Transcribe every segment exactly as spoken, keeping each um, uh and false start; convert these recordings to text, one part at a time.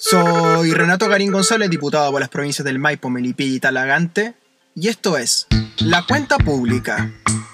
Soy Renato Garín González, diputado por las provincias del Maipo, Melipilla y Talagante, y esto es La Cuenta Pública.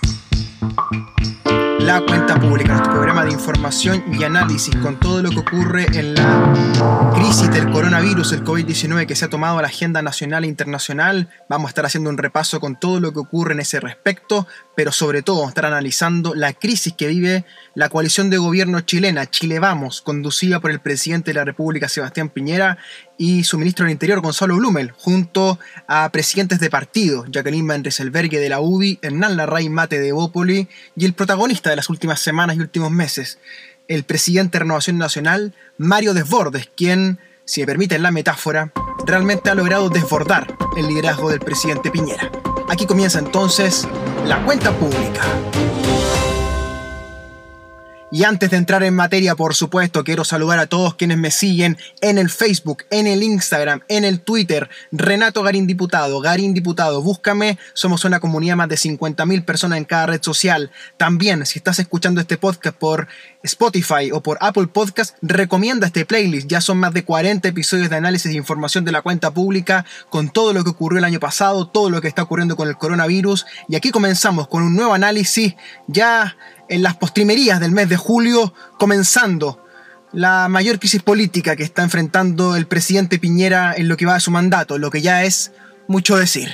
La Cuenta Pública, nuestro programa de información y análisis con todo lo que ocurre en la crisis del coronavirus, el COVID diecinueve, que se ha tomado a la agenda nacional e internacional. Vamos a estar haciendo un repaso con todo lo que ocurre en ese respecto, pero sobre todo vamos a estar analizando la crisis que vive la coalición de gobierno chilena, Chile Vamos, conducida por el presidente de la República, Sebastián Piñera, y su ministro del Interior, Gonzalo Blumel, junto a presidentes de partidos, Jacqueline Van Rieselberghe de la U D I, Hernán Larraín Mate de Evópoli, y el protagonista de las últimas semanas y últimos meses, el presidente de Renovación Nacional, Mario Desbordes, quien, si me permiten la metáfora, realmente ha logrado desbordar el liderazgo del presidente Piñera. Aquí comienza entonces La Cuenta Pública. Y antes de entrar en materia, por supuesto, quiero saludar a todos quienes me siguen en el Facebook, en el Instagram, en el Twitter. Renato Garín Diputado, Garín Diputado, búscame. Somos una comunidad más de cincuenta mil personas en cada red social. También, si estás escuchando este podcast por Spotify o por Apple Podcast, recomienda este playlist. Ya son más de cuarenta episodios de análisis e información de La Cuenta Pública con todo lo que ocurrió el año pasado, todo lo que está ocurriendo con el coronavirus. Y aquí comenzamos con un nuevo análisis ya en las postrimerías del mes de julio, comenzando la mayor crisis política que está enfrentando el presidente Piñera en lo que va de su mandato, lo que ya es mucho decir.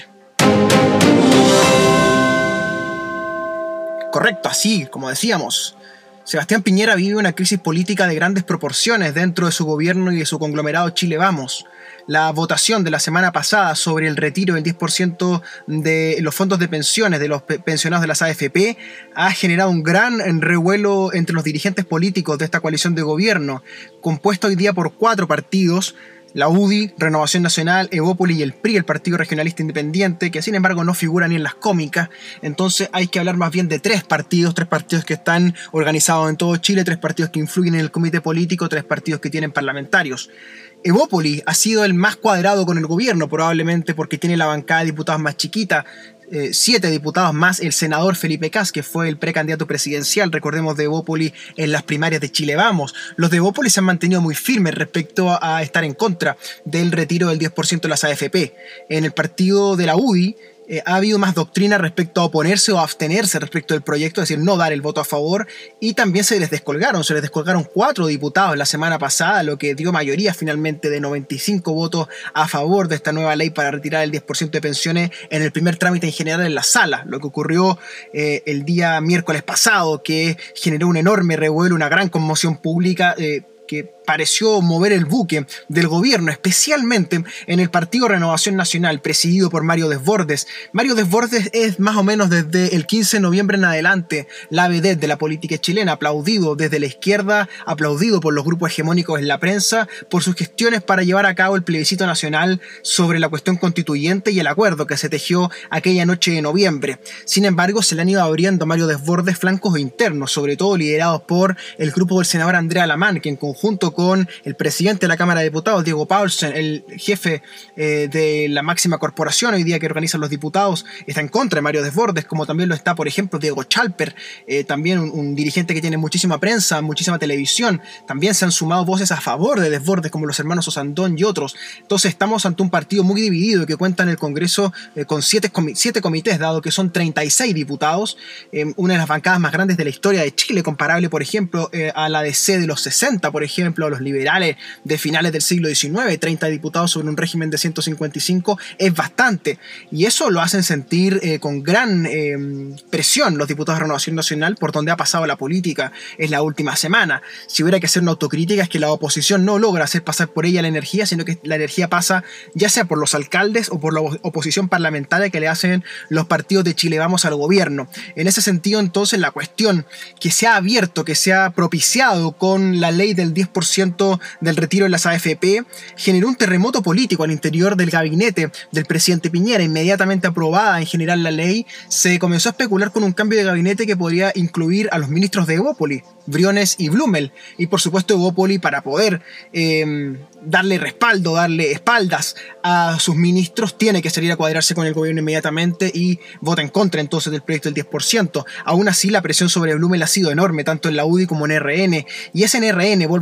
Correcto, así como decíamos, Sebastián Piñera vive una crisis política de grandes proporciones dentro de su gobierno y de su conglomerado Chile Vamos. La votación de la semana pasada sobre el retiro del diez por ciento de los fondos de pensiones de los pensionados de las A F P ha generado un gran revuelo entre los dirigentes políticos de esta coalición de gobierno, compuesta hoy día por cuatro partidos: la U D I, Renovación Nacional, Evópoli y el P R I, el Partido Regionalista Independiente, que sin embargo no figuran ni en las cómicas. Entonces hay que hablar más bien de tres partidos, tres partidos que están organizados en todo Chile, tres partidos que influyen en el comité político, tres partidos que tienen parlamentarios. Evópoli ha sido el más cuadrado con el gobierno, probablemente porque tiene la bancada de diputados más chiquita, eh, siete diputados más el senador Felipe Kast, que fue el precandidato presidencial, recordemos, de Evópoli en las primarias de Chile Vamos. Los de Evópoli se han mantenido muy firmes respecto a, a estar en contra del retiro del diez por ciento de las A F P. En el partido de la U D I, Eh, ha habido más doctrina respecto a oponerse o a abstenerse respecto del proyecto, es decir, no dar el voto a favor, y también se les descolgaron, se les descolgaron cuatro diputados la semana pasada, lo que dio mayoría finalmente de noventa y cinco votos a favor de esta nueva ley para retirar el diez por ciento de pensiones en el primer trámite en general en la sala, lo que ocurrió eh, el día miércoles pasado, que generó un enorme revuelo, una gran conmoción pública, eh, que pareció mover el buque del gobierno, especialmente en el Partido Renovación Nacional, presidido por Mario Desbordes. Mario Desbordes es más o menos desde el quince de noviembre en adelante la vedette de la política chilena, aplaudido desde la izquierda, aplaudido por los grupos hegemónicos en la prensa, por sus gestiones para llevar a cabo el plebiscito nacional sobre la cuestión constituyente y el acuerdo que se tejió aquella noche de noviembre. Sin embargo, se le han ido abriendo a Mario Desbordes flancos internos, sobre todo liderados por el grupo del senador Andrés Alamán, que en conjunto con el presidente de la Cámara de Diputados, Diego Paulsen, el jefe eh, de la máxima corporación hoy día que organizan los diputados, está en contra de Mario Desbordes, como también lo está, por ejemplo, Diego Chalper, eh, también un, un dirigente que tiene muchísima prensa, muchísima televisión. También se han sumado voces a favor de Desbordes, como los hermanos Osandón y otros. Entonces estamos ante un partido muy dividido y que cuenta en el Congreso eh, con siete, comi siete comités, dado que son treinta y seis diputados, eh, una de las bancadas más grandes de la historia de Chile, comparable, por ejemplo, eh, a la D C de los sesenta, por ejemplo, a los liberales de finales del siglo diecinueve, treinta diputados sobre un régimen de ciento cincuenta y cinco es bastante, y eso lo hacen sentir eh, con gran eh, presión los diputados de Renovación Nacional por donde ha pasado la política en la última semana. Si hubiera que hacer una autocrítica, es que la oposición no logra hacer pasar por ella la energía, sino que la energía pasa ya sea por los alcaldes o por la oposición parlamentaria que le hacen los partidos de Chile Vamos al gobierno. En ese sentido, entonces, la cuestión que se ha abierto, que se ha propiciado con la ley del diez por ciento del retiro de las A F P, generó un terremoto político al interior del gabinete del presidente Piñera. Inmediatamente aprobada en general la ley, se comenzó a especular con un cambio de gabinete que podría incluir a los ministros de Evópoli, Briones y Blumel, y por supuesto Evópoli, para poder eh, darle respaldo, darle espaldas a sus ministros, tiene que salir a cuadrarse con el gobierno inmediatamente y vota en contra entonces del proyecto del diez por ciento. Aún así, la presión sobre Blumel ha sido enorme, tanto en la U D I como en R N, y es en R N, vuelvo a insistir,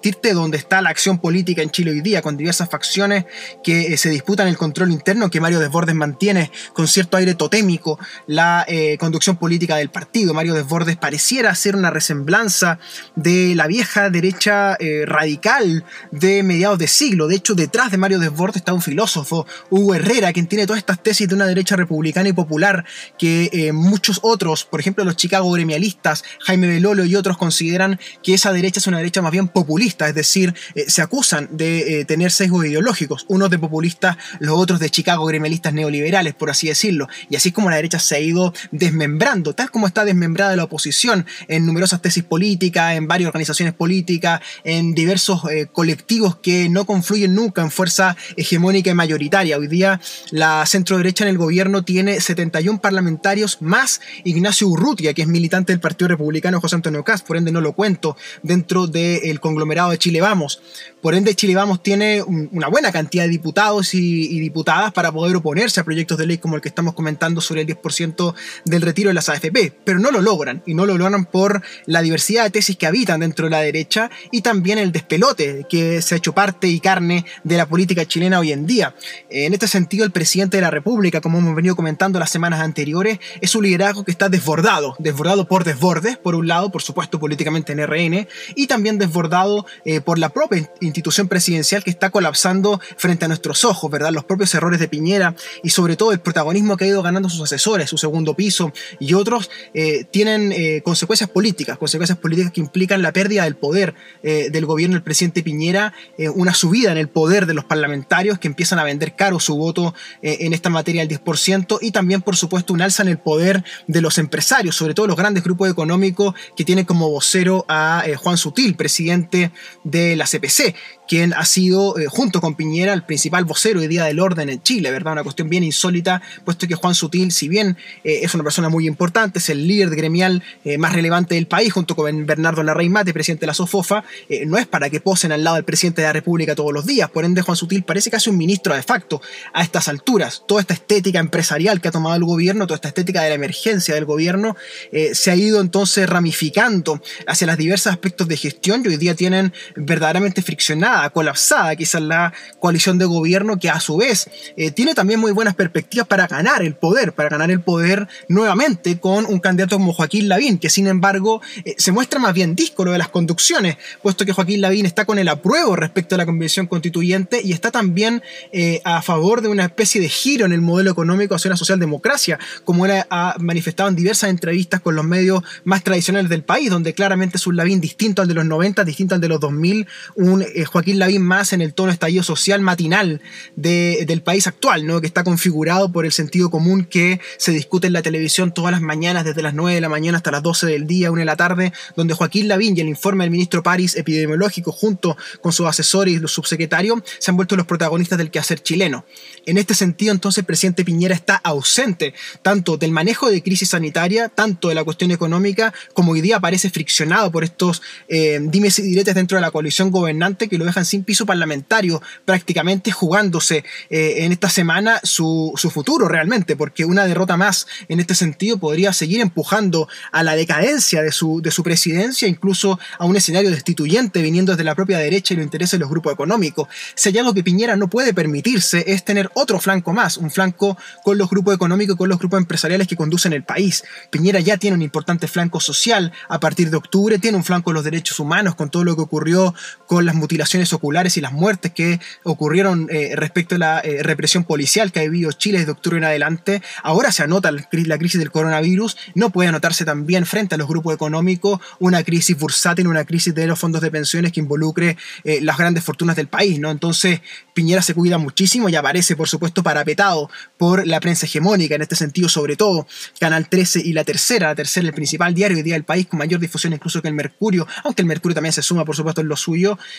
decirte dónde está la acción política en Chile hoy día, con diversas facciones que eh, se disputan el control interno, que Mario Desbordes mantiene con cierto aire totémico la eh, conducción política del partido. Mario Desbordes pareciera ser una resemblanza de la vieja derecha eh, radical de mediados de siglo. De hecho, detrás de Mario Desbordes está un filósofo, Hugo Herrera, quien tiene todas estas tesis de una derecha republicana y popular que eh, muchos otros, por ejemplo los Chicago gremialistas, Jaime Belolo y otros, consideran que esa derecha es una derecha más bien populista, es decir, eh, se acusan de eh, tener sesgos ideológicos, unos de populistas, los otros de Chicago gremialistas neoliberales, por así decirlo, y así es como la derecha se ha ido desmembrando, tal como está desmembrada la oposición en numerosas tesis políticas, en varias organizaciones políticas, en diversos eh, colectivos que no confluyen nunca en fuerza hegemónica y mayoritaria. Hoy día la centro derecha en el gobierno tiene setenta y uno parlamentarios más Ignacio Urrutia, que es militante del Partido Republicano José Antonio Kast, por ende no lo cuento dentro del conglomerado de Chile Vamos. Por ende, Chile Vamos tiene un, una buena cantidad de diputados y, y diputadas para poder oponerse a proyectos de ley como el que estamos comentando sobre el diez por ciento del retiro de las A F P, pero no lo logran, y no lo logran por la diversidad de tesis que habitan dentro de la derecha y también el despelote que se ha hecho parte y carne de la política chilena hoy en día. En este sentido, el presidente de la República, como hemos venido comentando las semanas anteriores, es un liderazgo que está desbordado, desbordado por Desbordes, por un lado, por supuesto políticamente en R N, y también desbordado eh, por la propia institución presidencial que está colapsando frente a nuestros ojos, ¿verdad? Los propios errores de Piñera y sobre todo el protagonismo que ha ido ganando sus asesores, su segundo piso y otros, eh, tienen eh, consecuencias políticas, consecuencias políticas que implican la pérdida del poder eh, del gobierno del presidente Piñera, eh, una subida en el poder de los parlamentarios que empiezan a vender caro su voto eh, en esta materia del diez por ciento, y también por supuesto un alza en el poder de los empresarios, sobre todo los grandes grupos económicos que tienen como vocero a eh, Juan Sutil, presidente de la C P C, quien ha sido, eh, junto con Piñera, el principal vocero hoy día del orden en Chile, ¿verdad? Una cuestión bien insólita, puesto que Juan Sutil, si bien eh, es una persona muy importante, es el líder gremial eh, más relevante del país, junto con Bernardo Larraín Mate, presidente de la SOFOFA, eh, no es para que posen al lado del presidente de la República todos los días. Por ende, Juan Sutil parece casi un ministro de facto a estas alturas. Toda esta estética empresarial que ha tomado el gobierno, toda esta estética de la emergencia del gobierno, eh, se ha ido entonces ramificando hacia los diversos aspectos de gestión, y hoy día tienen verdaderamente friccionada, colapsada quizás la coalición de gobierno, que a su vez eh, tiene también muy buenas perspectivas para ganar el poder, para ganar el poder nuevamente con un candidato como Joaquín Lavín, que sin embargo eh, se muestra más bien díscolo de las conducciones, puesto que Joaquín Lavín está con el apruebo respecto a la convención constituyente y está también eh, a favor de una especie de giro en el modelo económico hacia una socialdemocracia, como él ha manifestado en diversas entrevistas con los medios más tradicionales del país, donde claramente es un Lavín distinto al de los noventa, distinto al de los dos mil, un eh, Joaquín Lavín más en el tono estallido social matinal de, del país actual, ¿no? Que está configurado por el sentido común que se discute en la televisión todas las mañanas, desde las nueve de la mañana hasta las doce del día, una de la tarde, donde Joaquín Lavín y el informe del ministro París epidemiológico, junto con sus asesores y los subsecretarios, se han vuelto los protagonistas del quehacer chileno. En este sentido, entonces, el presidente Piñera está ausente tanto del manejo de crisis sanitaria, tanto de la cuestión económica, como hoy día aparece friccionado por estos eh, dimes y diretes dentro de la coalición gobernante que lo dejan sin piso parlamentario, prácticamente jugándose eh, en esta semana su, su futuro realmente, porque una derrota más en este sentido podría seguir empujando a la decadencia de su, de su presidencia, incluso a un escenario destituyente viniendo desde la propia derecha y los intereses de los grupos económicos. Si hay algo que Piñera no puede permitirse es tener otro flanco más, un flanco con los grupos económicos, con los grupos empresariales que conducen el país. Piñera ya tiene un importante flanco social a partir de octubre, tiene un flanco de los derechos humanos con todo lo que ocurrió con las mutilaciones oculares y las muertes que ocurrieron eh, respecto a la eh, represión policial que ha vivido Chile desde octubre en adelante. Ahora se anota la crisis del coronavirus, no puede anotarse también frente a los grupos económicos una crisis bursátil, una crisis de los fondos de pensiones que involucre eh, las grandes fortunas del país, ¿no? Entonces Piñera se cuida muchísimo y aparece, por supuesto, parapetado por la prensa hegemónica, en este sentido sobre todo Canal trece y La Tercera, La Tercera el principal diario hoy día del país con mayor difusión incluso que el Mercurio, aunque el Mercurio también se suma, por supuesto, en lo suyo, haciendo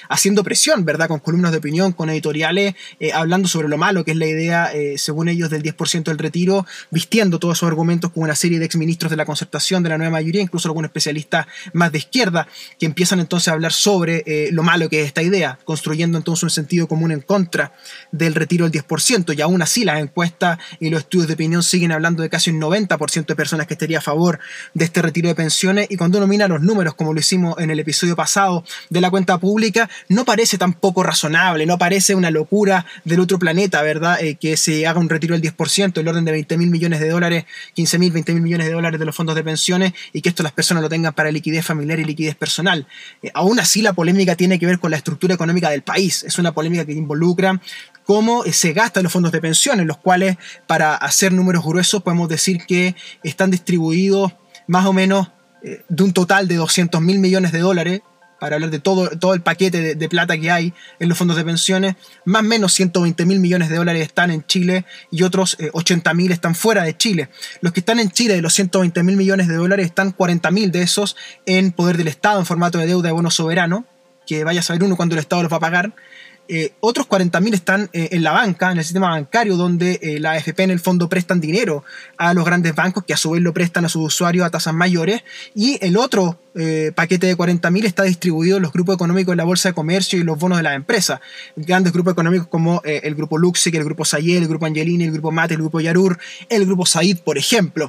presión, ¿verdad? Con columnas de opinión, con editoriales, eh, hablando sobre lo malo que es la idea, eh, según ellos, del diez por ciento del retiro, vistiendo todos esos argumentos con una serie de exministros de la Concertación, de la nueva mayoría, incluso algunos especialistas más de izquierda, que empiezan entonces a hablar sobre eh, lo malo que es esta idea, construyendo entonces un sentido común en contra del retiro del diez por ciento, y aún así las encuestas y los estudios de opinión siguen hablando de casi un noventa por ciento de personas que estaría a favor de este retiro de pensiones, y cuando uno mira los números, como lo hicimos en el episodio pasado de la cuenta pública, no parece tan poco razonable, no parece una locura del otro planeta, ¿verdad? Eh, que se haga un retiro del diez por ciento, el orden de veinte mil millones de dólares, quince mil, veinte mil millones de dólares de los fondos de pensiones, y que esto las personas lo tengan para liquidez familiar y liquidez personal. Eh, aún así, la polémica tiene que ver con la estructura económica del país. Es una polémica que involucra cómo se gastan los fondos de pensiones, los cuales, para hacer números gruesos, podemos decir que están distribuidos más o menos eh, de un total de doscientos mil millones de dólares, para hablar de todo, todo el paquete de, de plata que hay en los fondos de pensiones. Más o menos ciento veinte mil millones de dólares están en Chile y otros eh, ochenta mil están fuera de Chile. Los que están en Chile, de los ciento veinte mil millones de dólares, están cuarenta mil de esos en poder del Estado en formato de deuda de bono soberano, que vaya a saber uno cuándo el Estado los va a pagar. Eh, otros cuarenta mil están eh, en la banca, en el sistema bancario, donde eh, la A F P en el fondo prestan dinero a los grandes bancos, que a su vez lo prestan a sus usuarios a tasas mayores, y el otro eh, paquete de cuarenta mil está distribuido en los grupos económicos de la Bolsa de Comercio y los bonos de las empresas. Grandes grupos económicos como eh, el grupo Luxic, el grupo Sayel, el grupo Angelini, el grupo Mate, el grupo Yarur, el grupo Said, por ejemplo.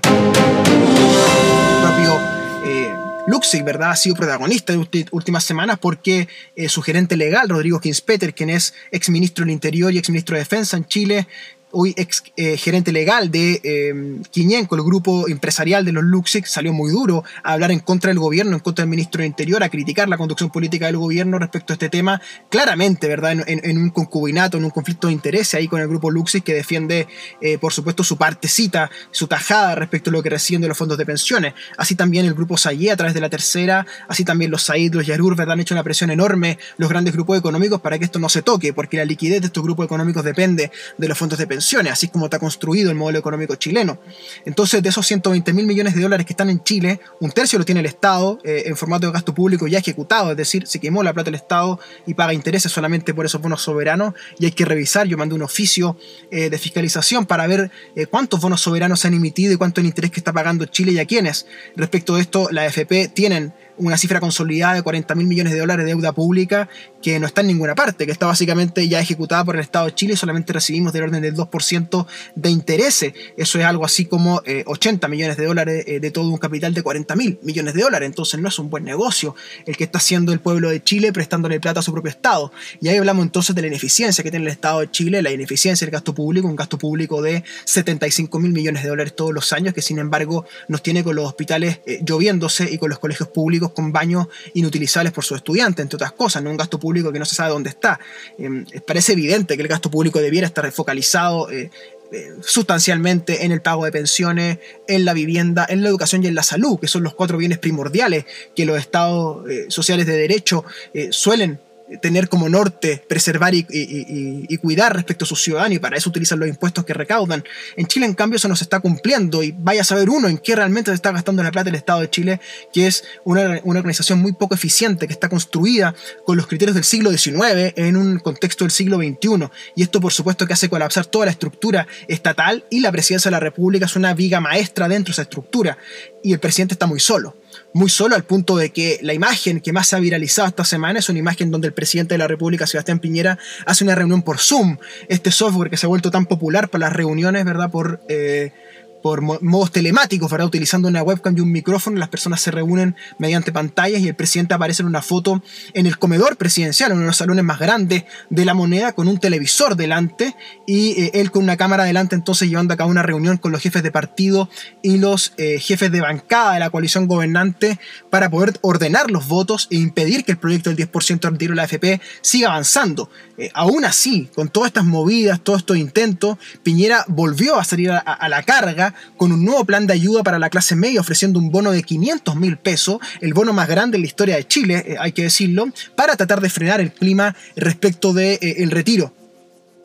El propio eh, Luxic, ¿verdad?, ha sido protagonista de últimas semanas porque eh, su gerente legal, Rodrigo Kinspeter, quien es exministro del Interior y exministro de Defensa en Chile, hoy ex eh, gerente legal de eh, Quiñenco, el grupo empresarial de los Luxic, salió muy duro a hablar en contra del gobierno, en contra del ministro del Interior, a criticar la conducción política del gobierno respecto a este tema, claramente, ¿verdad?, en, en, en un concubinato, en un conflicto de intereses ahí con el grupo Luxic, que defiende, eh, por supuesto, su partecita, su tajada respecto a lo que reciben de los fondos de pensiones. Así también el grupo Sayé, a través de la tercera, así también los Said, los Yarur, ¿verdad?, han hecho una presión enorme, los grandes grupos económicos, para que esto no se toque, porque la liquidez de estos grupos económicos depende de los fondos de pensiones, así como está construido el modelo económico chileno. Entonces, de esos ciento veinte mil millones de dólares que están en Chile, un tercio lo tiene el Estado eh, en formato de gasto público ya ejecutado, es decir, se quemó la plata del Estado y paga intereses solamente por esos bonos soberanos, y hay que revisar. Yo mandé un oficio eh, de fiscalización para ver eh, cuántos bonos soberanos se han emitido y cuánto es el interés que está pagando Chile y a quiénes. Respecto de esto, la A F P tienen una cifra consolidada de cuarenta mil millones de dólares de deuda pública que no está en ninguna parte, que está básicamente ya ejecutada por el Estado de Chile, y solamente recibimos del orden del dos por ciento de intereses. Eso es algo así como eh, ochenta millones de dólares eh, de todo un capital de cuarenta mil millones de dólares. Entonces no es un buen negocio el que está haciendo el pueblo de Chile prestándole plata a su propio Estado. Y ahí hablamos entonces de la ineficiencia que tiene el Estado de Chile, la ineficiencia del gasto público, un gasto público de setenta y cinco mil millones de dólares todos los años, que sin embargo nos tiene con los hospitales eh, lloviéndose y con los colegios públicos con baños inutilizables por sus estudiantes, entre otras cosas, ¿no? Un gasto público que no se sabe dónde está. Eh, parece evidente que el gasto público debiera estar focalizado eh, eh, sustancialmente en el pago de pensiones, en la vivienda, en la educación y en la salud, que son los cuatro bienes primordiales que los estados eh, sociales de derecho eh, suelen tener como norte preservar y, y, y, y cuidar respecto a sus ciudadanos, y para eso utilizan los impuestos que recaudan. En Chile, en cambio, eso no se está cumpliendo, y vaya a saber uno en qué realmente se está gastando la plata del Estado de Chile, que es una, una organización muy poco eficiente, que está construida con los criterios del siglo diecinueve en un contexto del siglo veintiuno, y esto por supuesto que hace colapsar toda la estructura estatal, y la presidencia de la República es una viga maestra dentro de esa estructura, y el presidente está muy solo. Muy solo, al punto de que la imagen que más se ha viralizado esta semana es una imagen donde el presidente de la República, Sebastián Piñera, hace una reunión por Zoom, este software que se ha vuelto tan popular para las reuniones, ¿verdad?, por... Eh, por modos telemáticos, ¿verdad?, utilizando una webcam y un micrófono. Las personas se reúnen mediante pantallas y el presidente aparece en una foto en el comedor presidencial, en uno de los salones más grandes de la Moneda, con un televisor delante, y eh, él con una cámara delante, entonces llevando a cabo una reunión con los jefes de partido y los eh, jefes de bancada de la coalición gobernante para poder ordenar los votos e impedir que el proyecto del diez por ciento del retiro de la A F P siga avanzando. Eh, aún así, con todas estas movidas, todos estos intentos, Piñera volvió a salir a, a la carga con un nuevo plan de ayuda para la clase media, ofreciendo un bono de quinientos mil pesos, el bono más grande en la historia de Chile, eh, hay que decirlo, para tratar de frenar el clima respecto del de, eh, el retiro.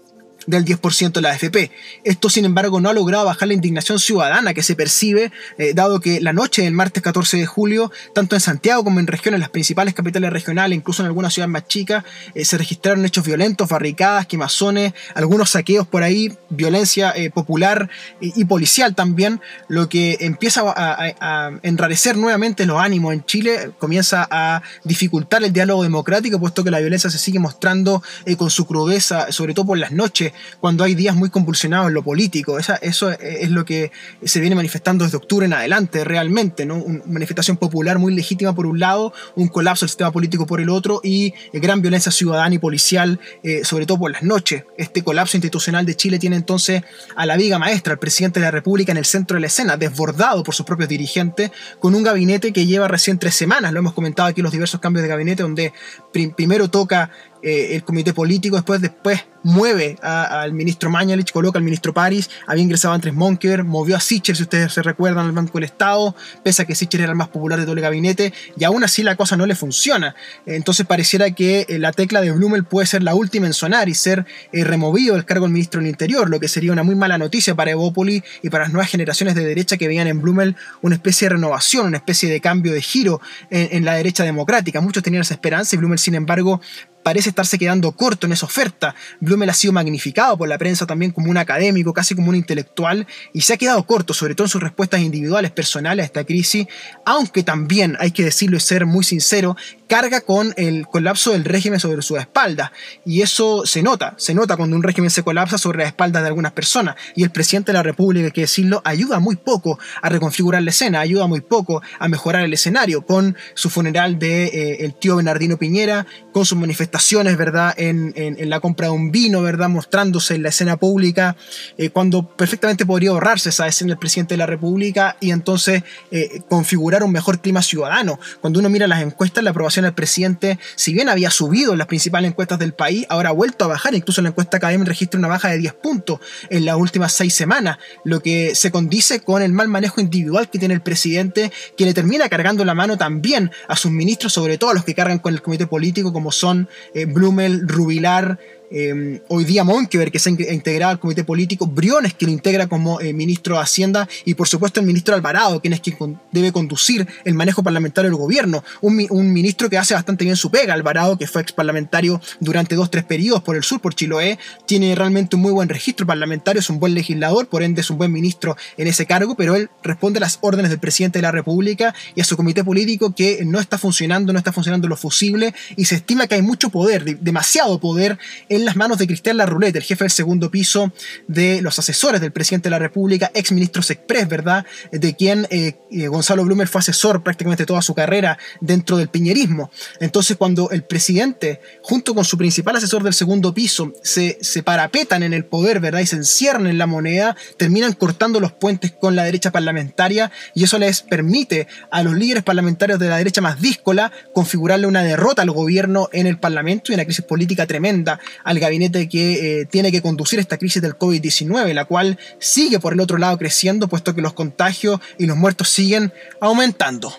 del diez por ciento de la A F P. Esto, sin embargo, no ha logrado bajar la indignación ciudadana que se percibe, eh, dado que la noche del martes catorce de julio, tanto en Santiago como en regiones, las principales capitales regionales, incluso en algunas ciudades más chicas, eh, se registraron hechos violentos, barricadas, quemazones, algunos saqueos por ahí, violencia eh, popular y, y policial también, lo que empieza a, a, a enrarecer nuevamente los ánimos en Chile, comienza a dificultar el diálogo democrático, puesto que la violencia se sigue mostrando eh, con su crudeza, sobre todo por las noches, cuando hay días muy convulsionados en lo político. Esa, eso es lo que se viene manifestando desde octubre en adelante, realmente, ¿no? Una manifestación popular muy legítima por un lado, un colapso del sistema político por el otro y eh, gran violencia ciudadana y policial, eh, sobre todo por las noches. Este colapso institucional de Chile tiene entonces a la viga maestra, al presidente de la República en el centro de la escena, desbordado por sus propios dirigentes, con un gabinete que lleva recién tres semanas, lo hemos comentado aquí, los diversos cambios de gabinete, donde prim primero toca eh, el comité político, después, después mueve a, al ministro Mañalich, coloca al ministro París, había ingresado a Andrés Monkever, movió a Sichel, si ustedes se recuerdan, al Banco del Estado, pese a que Sichel era el más popular de todo el gabinete, y aún así la cosa no le funciona. Entonces pareciera que eh, la tecla de Blumel puede ser la última en sonar y ser eh, removido del cargo del ministro del Interior, lo que sería una muy mala noticia para Evópoli y para las nuevas generaciones de derecha que veían en Blumel una especie de renovación, una especie de cambio de giro en, en la derecha democrática. Muchos tenían esa esperanza y Blumel, sin embargo, parece estarse quedando corto en esa oferta. Blumel ha sido magnificado por la prensa también como un académico, casi como un intelectual, y se ha quedado corto, sobre todo en sus respuestas individuales, personales a esta crisis, aunque también, hay que decirlo y ser muy sincero, carga con el colapso del régimen sobre sus espaldas, y eso se nota, se nota cuando un régimen se colapsa sobre las espaldas de algunas personas, y el presidente de la República, hay que decirlo, ayuda muy poco a reconfigurar la escena, ayuda muy poco a mejorar el escenario, con su funeral de eh, el tío Bernardino Piñera, con sus manifestaciones, ¿verdad?, en, en, en la compra de un vino, ¿verdad?, mostrándose en la escena pública, eh, cuando perfectamente podría ahorrarse esa escena el presidente de la República y entonces eh, configurar un mejor clima ciudadano. Cuando uno mira las encuestas, la aprobación al presidente, si bien había subido en las principales encuestas del país, ahora ha vuelto a bajar, incluso en la encuesta Academia registra una baja de diez puntos en las últimas seis semanas, lo que se condice con el mal manejo individual que tiene el presidente, que le termina cargando la mano también a sus ministros, sobre todo a los que cargan con el comité político, como son eh, Blumel, Rubilar, Eh, hoy día Monkever, que se ha integrado al comité político, Briones, que lo integra como eh, ministro de Hacienda, y por supuesto el ministro Alvarado, quien es quien con, debe conducir el manejo parlamentario del gobierno, un, un ministro que hace bastante bien su pega. Alvarado, que fue ex parlamentario durante dos, tres periodos por el sur, por Chiloé, tiene realmente un muy buen registro parlamentario, es un buen legislador, por ende es un buen ministro en ese cargo, pero él responde a las órdenes del presidente de la República y a su comité político, que no está funcionando, no está funcionando lo fusible, y se estima que hay mucho poder, demasiado poder, en las manos de Cristian Larroulet, el jefe del segundo piso de los asesores del presidente de la República, ex ministro Sexpress, ¿verdad?, de quien eh, eh, Gonzalo Blumel fue asesor prácticamente toda su carrera dentro del piñerismo. Entonces, cuando el presidente, junto con su principal asesor del segundo piso, se, se parapetan en el poder, ¿verdad?, y se encierran en la moneda, terminan cortando los puentes con la derecha parlamentaria, y eso les permite a los líderes parlamentarios de la derecha más díscola configurarle una derrota al gobierno en el Parlamento y una crisis política tremenda al gabinete que eh, tiene que conducir esta crisis del COVID diecinueve, la cual sigue por el otro lado creciendo, puesto que los contagios y los muertos siguen aumentando.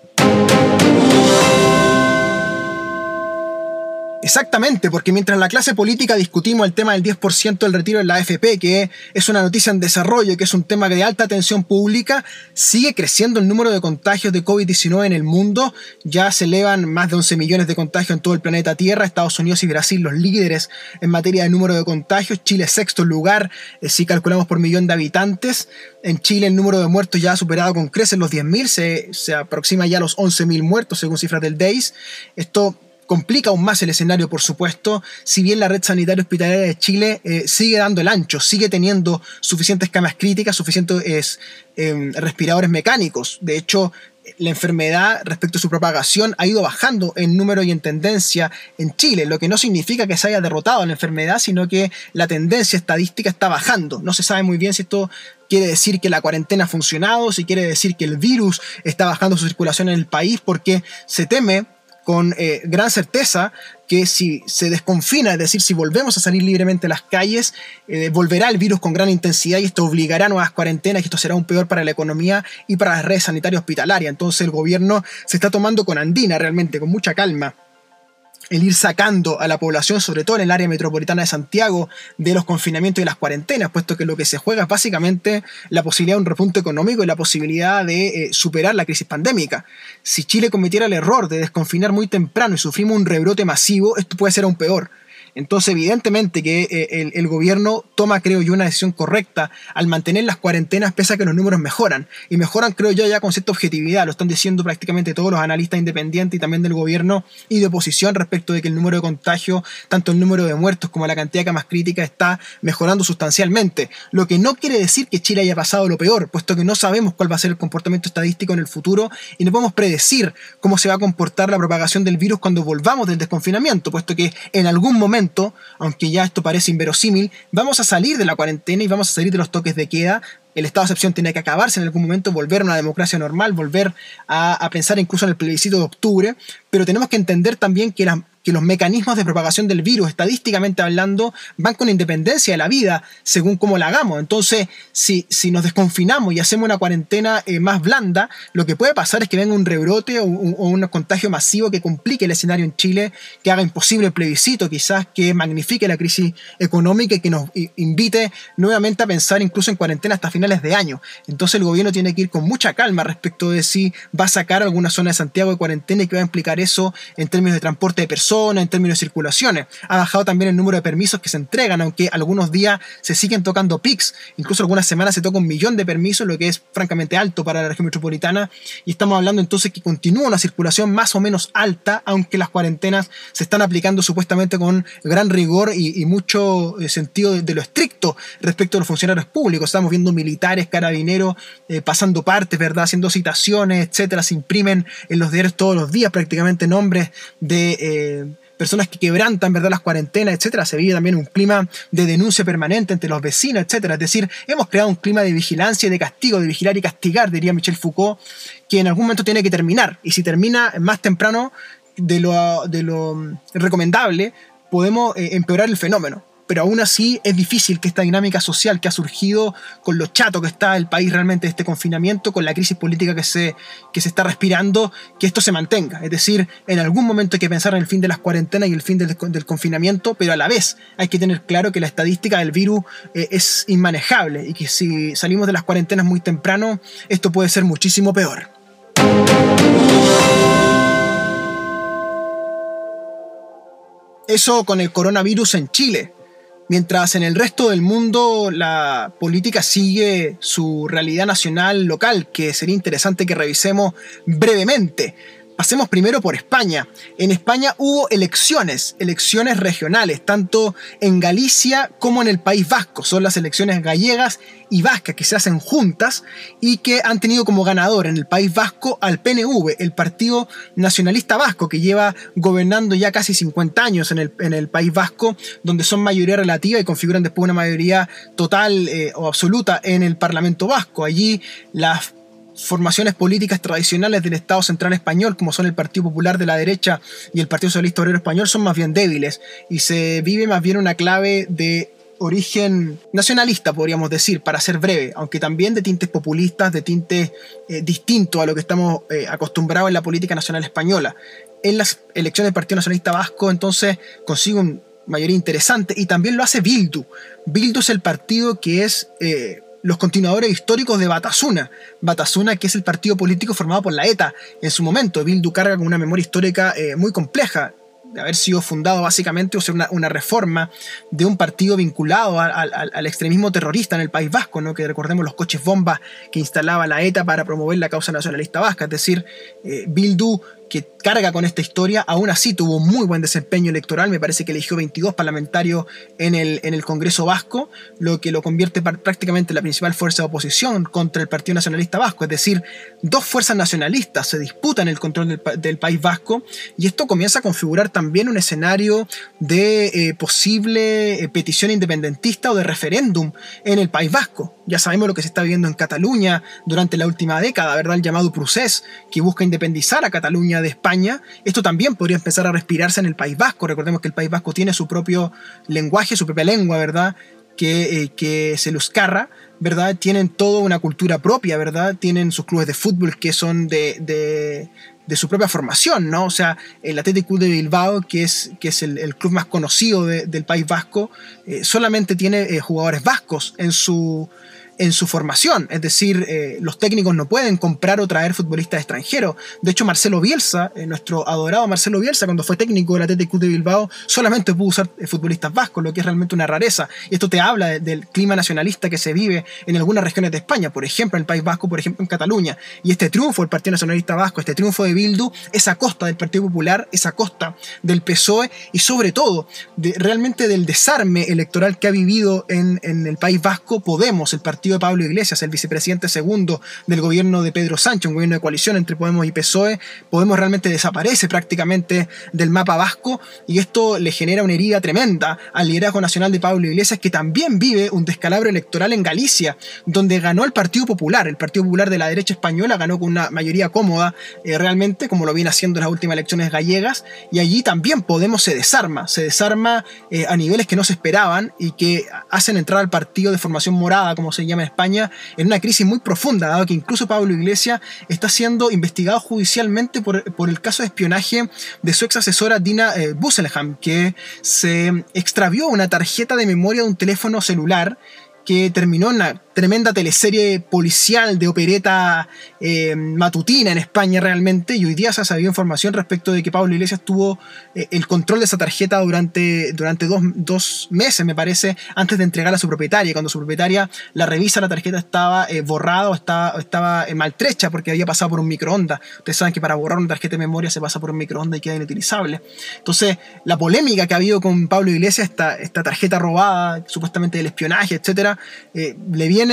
Exactamente, porque mientras la clase política discutimos el tema del diez por ciento del retiro de la A F P, que es una noticia en desarrollo, que es un tema de alta atención pública, sigue creciendo el número de contagios de COVID diecinueve en el mundo. Ya se elevan más de once millones de contagios en todo el planeta Tierra. Estados Unidos y Brasil los líderes en materia de número de contagios. Chile sexto lugar, eh, si calculamos por millón de habitantes. En Chile el número de muertos ya ha superado con creces los diez mil, se, se aproxima ya a los once mil muertos según cifras del D E I S. Esto complica aún más el escenario, por supuesto, si bien la red sanitaria hospitalaria de Chile eh, sigue dando el ancho, sigue teniendo suficientes camas críticas, suficientes eh, respiradores mecánicos. De hecho, la enfermedad respecto a su propagación ha ido bajando en número y en tendencia en Chile, lo que no significa que se haya derrotado la enfermedad, sino que la tendencia estadística está bajando. No se sabe muy bien si esto quiere decir que la cuarentena ha funcionado, si quiere decir que el virus está bajando su circulación en el país, porque se teme con eh, gran certeza que si se desconfina, es decir, si volvemos a salir libremente a las calles, eh, volverá el virus con gran intensidad y esto obligará a nuevas cuarentenas y esto será aún peor para la economía y para las redes sanitarias hospitalarias. Entonces el gobierno se está tomando con andina realmente, con mucha calma el ir sacando a la población, sobre todo en el área metropolitana de Santiago, de los confinamientos y las cuarentenas, puesto que lo que se juega es básicamente la posibilidad de un repunte económico y la posibilidad de eh, superar la crisis pandémica. Si Chile cometiera el error de desconfinar muy temprano y sufrimos un rebrote masivo, esto puede ser aún peor. Entonces, evidentemente que eh, el, el gobierno toma, creo yo, una decisión correcta al mantener las cuarentenas pese a que los números mejoran. Y mejoran, creo yo, ya con cierta objetividad. Lo están diciendo prácticamente todos los analistas independientes y también del gobierno y de oposición respecto de que el número de contagios, tanto el número de muertos como la cantidad de camas críticas, está mejorando sustancialmente. Lo que no quiere decir que Chile haya pasado lo peor, puesto que no sabemos cuál va a ser el comportamiento estadístico en el futuro y no podemos predecir cómo se va a comportar la propagación del virus cuando volvamos del desconfinamiento, puesto que en algún momento, aunque ya esto parece inverosímil, vamos a salir de la cuarentena y vamos a salir de los toques de queda. El estado de excepción tiene que acabarse en algún momento, volver a una democracia normal, volver a, a pensar incluso en el plebiscito de octubre, pero tenemos que entender también que, la, que los mecanismos de propagación del virus, estadísticamente hablando, van con independencia de la vida, según cómo la hagamos. Entonces, si, si nos desconfinamos y hacemos una cuarentena eh, más blanda, lo que puede pasar es que venga un rebrote o un, o un contagio masivo que complique el escenario en Chile, que haga imposible el plebiscito, quizás que magnifique la crisis económica y que nos invite nuevamente a pensar incluso en cuarentena hasta finales de año. Entonces el gobierno tiene que ir con mucha calma respecto de si va a sacar alguna zona de Santiago de cuarentena y qué va a implicar eso en términos de transporte de personas, en términos de circulaciones. Ha bajado también el número de permisos que se entregan, aunque algunos días se siguen tocando pics, incluso algunas semanas se toca un millón de permisos, lo que es francamente alto para la región metropolitana, y estamos hablando entonces que continúa una circulación más o menos alta, aunque las cuarentenas se están aplicando supuestamente con gran rigor y, y mucho sentido de, de lo estricto respecto a los funcionarios públicos. Estamos viendo militares, carabineros, eh, pasando partes, ¿verdad? Haciendo citaciones, etcétera. Se imprimen en los diarios todos los días prácticamente nombres de eh, personas que quebrantan, ¿verdad?, las cuarentenas, etcétera. Se vive también un clima de denuncia permanente entre los vecinos, etcétera. Es decir, hemos creado un clima de vigilancia y de castigo, de vigilar y castigar, diría Michel Foucault, que en algún momento tiene que terminar. Y si termina más temprano de lo, de lo recomendable, podemos eh, empeorar el fenómeno. Pero aún así es difícil que esta dinámica social que ha surgido con lo chato que está el país realmente de este confinamiento, con la crisis política que se, que se está respirando, que esto se mantenga. Es decir, en algún momento hay que pensar en el fin de las cuarentenas y el fin del, del confinamiento, pero a la vez hay que tener claro que la estadística del virus eh, es inmanejable y que si salimos de las cuarentenas muy temprano, esto puede ser muchísimo peor. Eso con el coronavirus en Chile. Mientras en el resto del mundo la política sigue su realidad nacional local, que sería interesante que revisemos brevemente. Pasemos primero por España. En España hubo elecciones, elecciones regionales, tanto en Galicia como en el País Vasco. Son las elecciones gallegas y vascas que se hacen juntas y que han tenido como ganador en el País Vasco al P N V, el Partido Nacionalista Vasco, que lleva gobernando ya casi cincuenta años en el, en el País Vasco, donde son mayoría relativa y configuran después una mayoría total eh, o absoluta en el Parlamento Vasco. Allí las formaciones políticas tradicionales del Estado central español, como son el Partido Popular de la derecha y el Partido Socialista Obrero Español, son más bien débiles y se vive más bien una clave de origen nacionalista, podríamos decir, para ser breve, aunque también de tintes populistas, de tintes eh, distintos a lo que estamos eh, acostumbrados en la política nacional española. En las elecciones del Partido Nacionalista Vasco, entonces, consigue una mayoría interesante y también lo hace Bildu. Bildu es el partido que es Eh, los continuadores históricos de Batasuna. Batasuna, que es el partido político formado por la ETA en su momento. Bildu carga con una memoria histórica eh, muy compleja, de haber sido fundado básicamente, o sea, una, una reforma de un partido vinculado a, a, al extremismo terrorista en el País Vasco, ¿no? Que recordemos los coches bombas que instalaba la ETA para promover la causa nacionalista vasca. Es decir, eh, Bildu, que carga con esta historia, aún así tuvo un muy buen desempeño electoral. Me parece que eligió veintidós parlamentarios en el, en el Congreso Vasco, lo que lo convierte prácticamente en la principal fuerza de oposición contra el Partido Nacionalista Vasco. Es decir, dos fuerzas nacionalistas se disputan el control del, del País Vasco, y esto comienza a configurar también un escenario de eh, posible eh, petición independentista o de referéndum en el País Vasco. Ya sabemos lo que se está viviendo en Cataluña durante la última década, ¿verdad? El llamado procés, que busca independizar a Cataluña de España. Esto también podría empezar a respirarse en el País Vasco. Recordemos que el País Vasco tiene su propio lenguaje, su propia lengua, ¿verdad? Que, eh, que es el euskarra, ¿verdad? Tienen toda una cultura propia, ¿verdad? Tienen sus clubes de fútbol que son de, de, de su propia formación, ¿no? O sea, el Athletic Club de Bilbao, que es, que es el, el club más conocido de, del País Vasco, eh, solamente tiene eh, jugadores vascos en su... en su formación, es decir, eh, los técnicos no pueden comprar o traer futbolistas extranjeros. De hecho, Marcelo Bielsa, eh, nuestro adorado Marcelo Bielsa, cuando fue técnico del Athletic Club de Bilbao, solamente pudo usar eh, futbolistas vascos, lo que es realmente una rareza. Y esto te habla de, del clima nacionalista que se vive en algunas regiones de España, por ejemplo, en el País Vasco, por ejemplo, en Cataluña. Y este triunfo del Partido Nacionalista Vasco, este triunfo de Bildu, es a costa del Partido Popular, es a costa del P S O E y sobre todo, de, realmente del desarme electoral que ha vivido en, en el País Vasco Podemos, el partido de Pablo Iglesias, el vicepresidente segundo del gobierno de Pedro Sánchez, un gobierno de coalición entre Podemos y P S O E. Podemos realmente desaparece prácticamente del mapa vasco y esto le genera una herida tremenda al liderazgo nacional de Pablo Iglesias, que también vive un descalabro electoral en Galicia, donde ganó el Partido Popular. El Partido Popular de la derecha española ganó con una mayoría cómoda, eh, realmente, como lo viene haciendo en las últimas elecciones gallegas, y allí también Podemos se desarma, se desarma eh, a niveles que no se esperaban y que hacen entrar al partido de formación morada, como se llama en España, en una crisis muy profunda, dado que incluso Pablo Iglesias está siendo investigado judicialmente por, por el caso de espionaje de su ex asesora Dina eh, Busselham, que se extravió una tarjeta de memoria de un teléfono celular que terminó en una tremenda teleserie policial de opereta eh, matutina en España realmente, y hoy día se ha sabido información respecto de que Pablo Iglesias tuvo eh, el control de esa tarjeta durante, durante dos, dos meses, me parece, antes de entregarla a su propietaria, y cuando su propietaria la revisa, la tarjeta estaba eh, borrada o estaba, estaba eh, maltrecha porque había pasado por un microondas. Ustedes saben que para borrar una tarjeta de memoria se pasa por un microondas y queda inutilizable. Entonces, la polémica que ha habido con Pablo Iglesias, esta, esta tarjeta robada, supuestamente del espionaje, etcétera, eh, le viene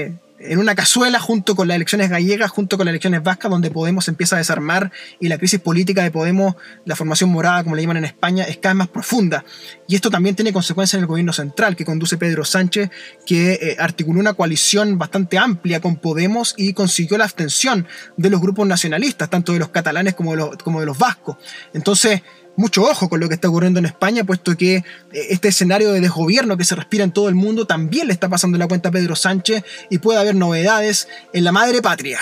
en una cazuela junto con las elecciones gallegas, junto con las elecciones vascas, donde Podemos empieza a desarmar y la crisis política de Podemos, la formación morada, como le llaman en España, es cada vez más profunda. Y esto también tiene consecuencias en el gobierno central que conduce Pedro Sánchez, que eh, articuló una coalición bastante amplia con Podemos y consiguió la abstención de los grupos nacionalistas, tanto de los catalanes como de los, como de los vascos. Entonces, mucho ojo con lo que está ocurriendo en España, puesto que este escenario de desgobierno que se respira en todo el mundo también le está pasando la cuenta a Pedro Sánchez y puede haber novedades en la madre patria.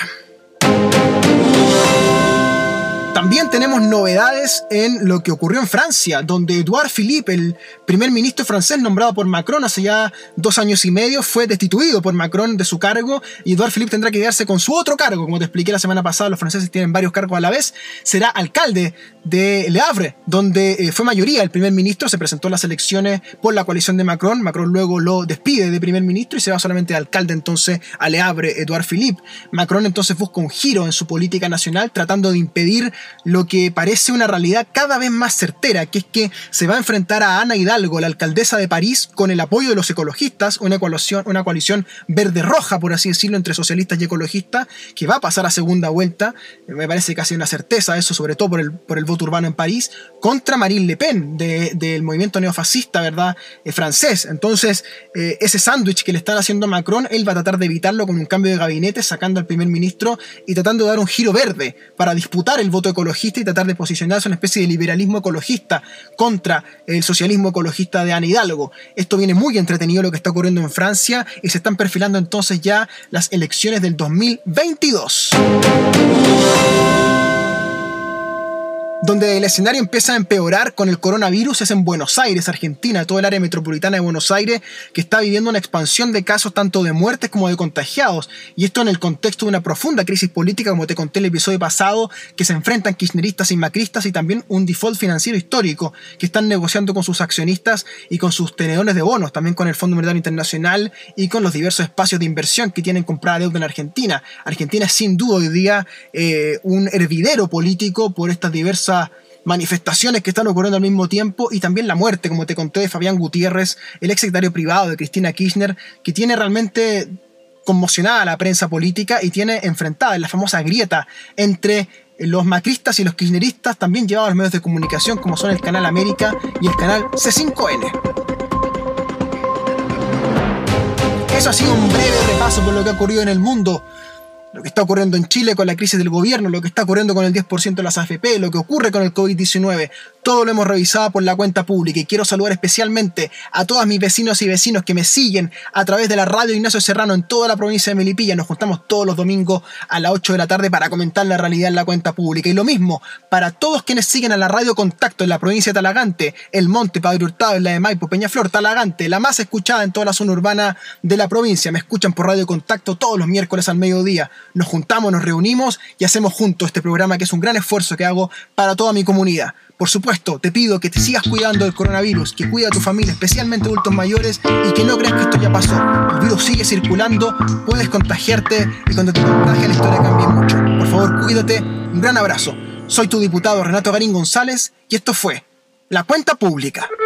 También tenemos novedades en lo que ocurrió en Francia, donde Edouard Philippe, el primer ministro francés nombrado por Macron hace ya dos años y medio, fue destituido por Macron de su cargo, y Edouard Philippe tendrá que quedarse con su otro cargo. Como te expliqué la semana pasada, los franceses tienen varios cargos a la vez. Será alcalde de Le Havre, donde eh, fue mayoría el primer ministro, se presentó en las elecciones por la coalición de Macron. Macron luego lo despide de primer ministro y se va solamente de alcalde entonces a Le Havre, Edouard Philippe. Macron entonces busca un giro en su política nacional, tratando de impedir lo que parece una realidad cada vez más certera, que es que se va a enfrentar a Ana Hidalgo, la alcaldesa de París, con el apoyo de los ecologistas, una coalición, una coalición verde-roja, por así decirlo, entre socialistas y ecologistas, que va a pasar a segunda vuelta. Me parece casi una certeza eso, sobre todo por el, por el voto urbano en París, contra Marine Le Pen, de, del movimiento neofascista, ¿verdad?, eh, francés. Entonces, eh, ese sándwich que le están haciendo a Macron, él va a tratar de evitarlo con un cambio de gabinete, sacando al primer ministro y tratando de dar un giro verde para disputar el voto ecologista y tratar de posicionarse una especie de liberalismo ecologista contra el socialismo ecologista de Ana Hidalgo. Esto viene muy entretenido lo que está ocurriendo en Francia y se están perfilando entonces ya las elecciones del dos mil veintidós. Donde el escenario empieza a empeorar con el coronavirus es en Buenos Aires, Argentina, toda el área metropolitana de Buenos Aires, que está viviendo una expansión de casos tanto de muertes como de contagiados, y esto en el contexto de una profunda crisis política, como te conté en el episodio pasado, que se enfrentan kirchneristas y macristas, y también un default financiero histórico, que están negociando con sus accionistas y con sus tenedores de bonos, también con el Fondo Monetario Internacional y con los diversos espacios de inversión que tienen comprada deuda en Argentina. Argentina es sin duda hoy día eh, un hervidero político por estas diversas manifestaciones que están ocurriendo al mismo tiempo, y también la muerte, como te conté, de Fabián Gutiérrez, el ex secretario privado de Cristina Kirchner, que tiene realmente conmocionada a la prensa política y tiene enfrentada en la famosa grieta entre los macristas y los kirchneristas, también llevados a los medios de comunicación como son el Canal América y el canal C cinco N. Eso ha sido un breve repaso por lo que ha ocurrido en el mundo. lo que está ocurriendo en Chile con la crisis del gobierno, lo que está ocurriendo con el diez por ciento de las A F P, lo que ocurre con el COVID diecinueve, todo lo hemos revisado por la cuenta pública y quiero saludar especialmente a todos mis vecinos y vecinos que me siguen a través de la radio Ignacio Serrano en toda la provincia de Melipilla. Nos juntamos todos los domingos a las ocho de la tarde para comentar la realidad en la cuenta pública. Y lo mismo para todos quienes siguen a la radio Contacto en la provincia de Talagante, El Monte, Padre Hurtado, en la de Maipo, Peñaflor, Talagante, la más escuchada en toda la zona urbana de la provincia. Me escuchan por Radio Contacto todos los miércoles al mediodía. Nos juntamos, nos reunimos y hacemos juntos este programa que es un gran esfuerzo que hago para toda mi comunidad. Por supuesto, te pido que te sigas cuidando del coronavirus, que cuida a tu familia, especialmente adultos mayores, y que no creas que esto ya pasó. El virus sigue circulando, puedes contagiarte y cuando te contagias la historia cambia mucho. Por favor, cuídate. Un gran abrazo. Soy tu diputado Renato Garín González y esto fue La Cuenta Pública.